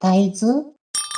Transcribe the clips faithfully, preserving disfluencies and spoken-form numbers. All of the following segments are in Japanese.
大豆。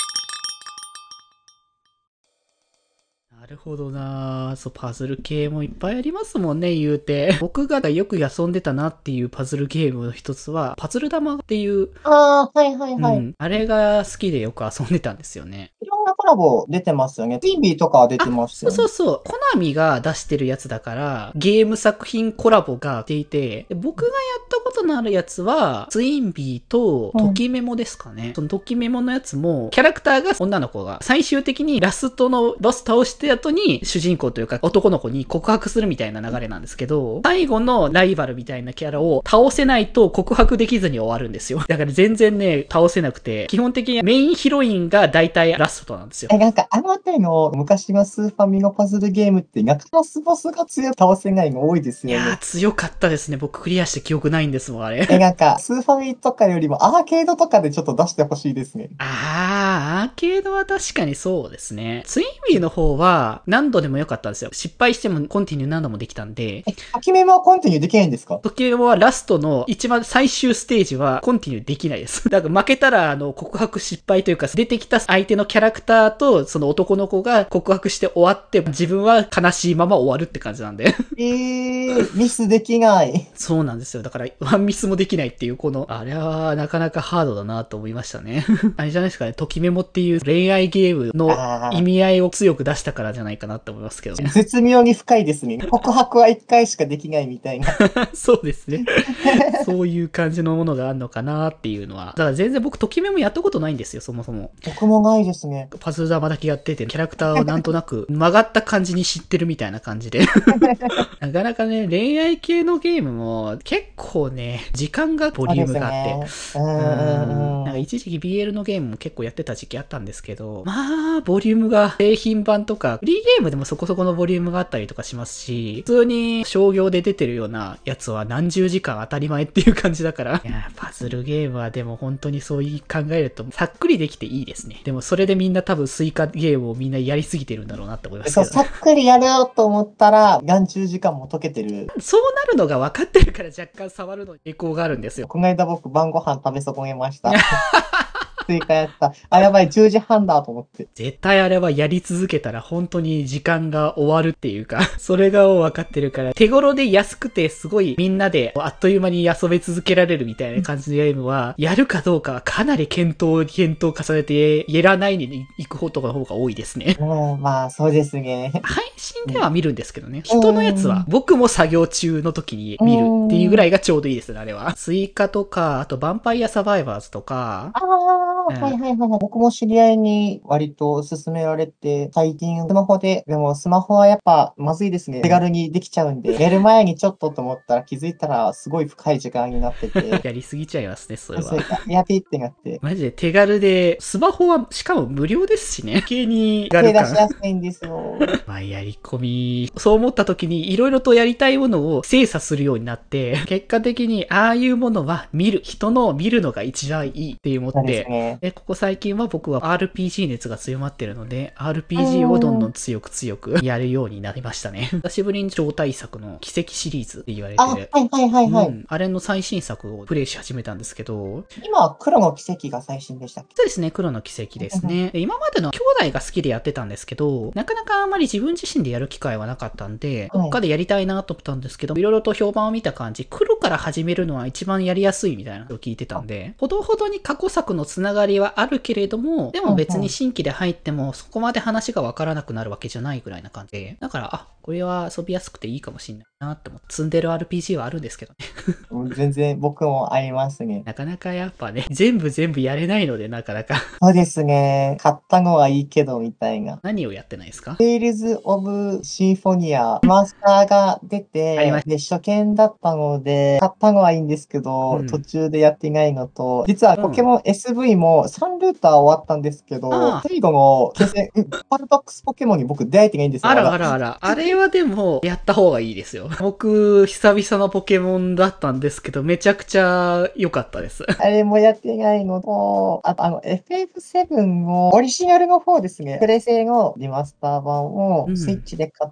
なるほどなぁ。そう、パズル系もいっぱいありますもんね、言うて。僕がよく遊んでたなっていうパズルゲームの一つは、パズル玉っていう、 ああ、はいはいはい。 うん、あれが好きでよく遊んでたんですよね。 いろんなコラボ出てますよね。ティービーとかは出てあ、 ましたよね。 そうそうそう。コナミが出してるやつだから、ゲーム作品コラボが出ていて、で僕がやったことのあるやつは、ツインビーとうん。 トキメモですかね。そのトキメモのやつも、キャラクターが女の子が、最終的にラストのボス倒して後に、主人公というか男の子に告白するみたいな流れなんですけど、最後のライバルみたいなキャラを倒せないと告白できずに終わるんですよ。だから全然ね、倒せなくて、基本的にメインヒロインが大体ラストなんですよ。 え、なんかあのあたりの昔のスーファミのパズルゲームって、なんかラスボスが強い倒せないの多いですいやー、 よね。 強かったですね。僕クリアして記憶ないんですもん、あれ。 え、なんか、スーファミとかよりもアーケードとかでちょっと出してほしいですね。 あー、アーケードは確かにそうですね。ツインビーの方は何度でも良かったんですよ。失敗してもコンティニュー何度もできたんで、 え、ときメモはコンティニューできないんですか？ 時計はラストの一番最終ステージはコンティニューできないです。だから負けたらあの告白失敗というか出てきた相手のキャラクターとその男の子が告白して終わって自分は悲しいまま終わるって感じなんで。 えー、ミスできない。 そうなんですよ。だからワンミスもできないっていうこの、あれはなかなかハードだなと思いましたね。あれじゃないですかね。ときメモっていう恋愛ゲームの意あ味合いを強く出したからじゃないかなって思いますけどー、 ね。 絶妙に深いですね。告白はいっかいしかできないみたいな。 そうですね。そういう感じのものがあるのかなっていうのは。だから全然僕、ときメモやったことないんですよ、そもそも。 僕もないですね。 パズル玉だけやってて、キャラクターをなんとなく曲がった感じに知ってるみたいな感じで。なかなかね、恋愛系のゲームも結構ね、時間がボリューそうですムがあって、 ね。うーうーん。なんかん。 一時期 ビーエル のゲームも結構やってた時期あったんですけど、まあ、ボリュームが製品版とか、フリーゲームでもそこそこのボリュームがあったりとかしますし、普通に商業で出てるようなやつは何十時間当たり前っていう感じだから。いや、パズルゲームはでも本当にそういう考えると、さっくりできていいですね。でもそれでみんな多分スイカゲームをみんなやりすぎてるんだろうなって思いますそう、 けどね。 さっくりやろうと思ったら、眼中時間も解けてる。 そうなるのが分かってるから若干触るのに抵抗があるんですよ。 この間僕晩ご飯食べ損ねました。スイカやった。あ、やばい、じゅうじはんだと思って。 絶対あれはやり続けたら本当に時間が終わるっていうか、それが分かってるから、手頃で安くてすごいみんなであっという間に遊び続けられるみたいな感じのゲームは、やるかどうかはかなり検討、検討重ねて、やらないに行くことの方が多いですね。 うん、まあ、そうですね。 配信では見るんですけどね。 う人のやつはん。 僕も作業中の時にう見るっていうぐらん。 いがちょうどいいですね、あれは。スイカとか、あとヴァンパイアサバイバーズとか、 ああ、 うん。 はいはいはいはい。僕も知り合いに割と勧められて、最近スマホで、でもスマホはやっぱまずいですね。手軽にできちゃうんで、寝る前にちょっとと思ったら気づいたらすごい深い時間になってて、 やりすぎちゃいますね、それは。 それや、やべえってなって、 マジで手軽で、スマホはしかも無料ですしね。急に手軽感。 手出しやすいんですよ。 まあ、やり込み。そう思った時に、いろいろとやりたいものを精査するようになって、結果的に、ああいうものは見る。人のを見るのが一番いいって思っそうですて、 ね。 で、ここ最近は僕は アールピージー 熱が強まってるので、 うアールピージー をどんーん。 どん強く強くやるようになりましたね。久しぶりに超大作の奇跡シリーズって言われあ、 てる。 はいはいはいはい。 うん。あれの最新作をプレイし始めたんですけど、 今、黒の奇跡が最新でしたっけ？ そうですね、黒の奇跡ですね。で今までの兄弟が好きでやってたんですけど、なかなかあんまり自分自身でやる機会はなかったんで、どはい。 っかでやりたいなと思ったんですけど、いろいろと評判を見た感じ、黒から始めるのは一番やりやすいみたいなのを聞いてたんで、ほどほどに過去作のつながりはあるけれども、でも別にうんうん。 新規で入ってもそこまで話がわからなくなるわけじゃないぐらいな感じで、だから、あ、これは遊びやすくていいかもしんないなって思って、積んでる アールピージー はあるんですけどね。 うん、全然僕も合いますね。 なかなかやっぱね、全部全部やれないので、なかなか。 そうですね。買ったのはいいけど、みたいな。 何をやってないですか？ テイルズ・オブ・シンフォニア、マスターが出て、 ありましで、初見だったので、買ったのはいいんですけた。うど、途ん。 中でやっていないのと、実はうん。 ポケモン エスブイ もさんルーター終わったんですけど、 ああ、 最後の決戦、んパルパックスポケモンに僕出会えてないんですよ、 あらまだ。 あらあら。あれはでも、やった方がいいですよ。僕、久々のポケモンだったんですけど、めちゃくちゃ良かったです。 あれもやってないのと、あとあの エフエフセブン のオリジナルの方ですね。プレ製のリマスター版をスイッうん。 チで買って、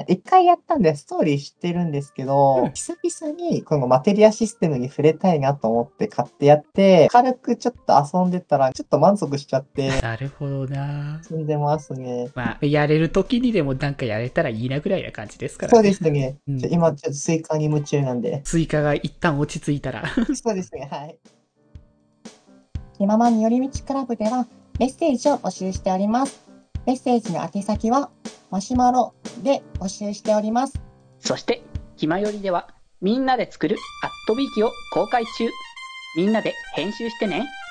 一回やったんでストーリー知ってるんですけど、 うん。 久々にこのマテリアシステムに触れたいなと思って買ってやって、軽くちょっと遊んでたったら、ちょっと満足しちゃって、 なるほどな。 積んでますね。 まあ、やれる時にでもなんかやれたらいいなぐらいな感じですからね。 そうですね。 うんちょ今ちょっとスイカに夢中なんで。 スイカが一旦落ち着いたら。 そうですね、はい。気ままに寄り道クラブではメッセージを募集しております。メッセージの宛先はマシュマロで募集しております。 そして、ひまよりではみんなで作るアットビーキを公開中。みんなで編集してね。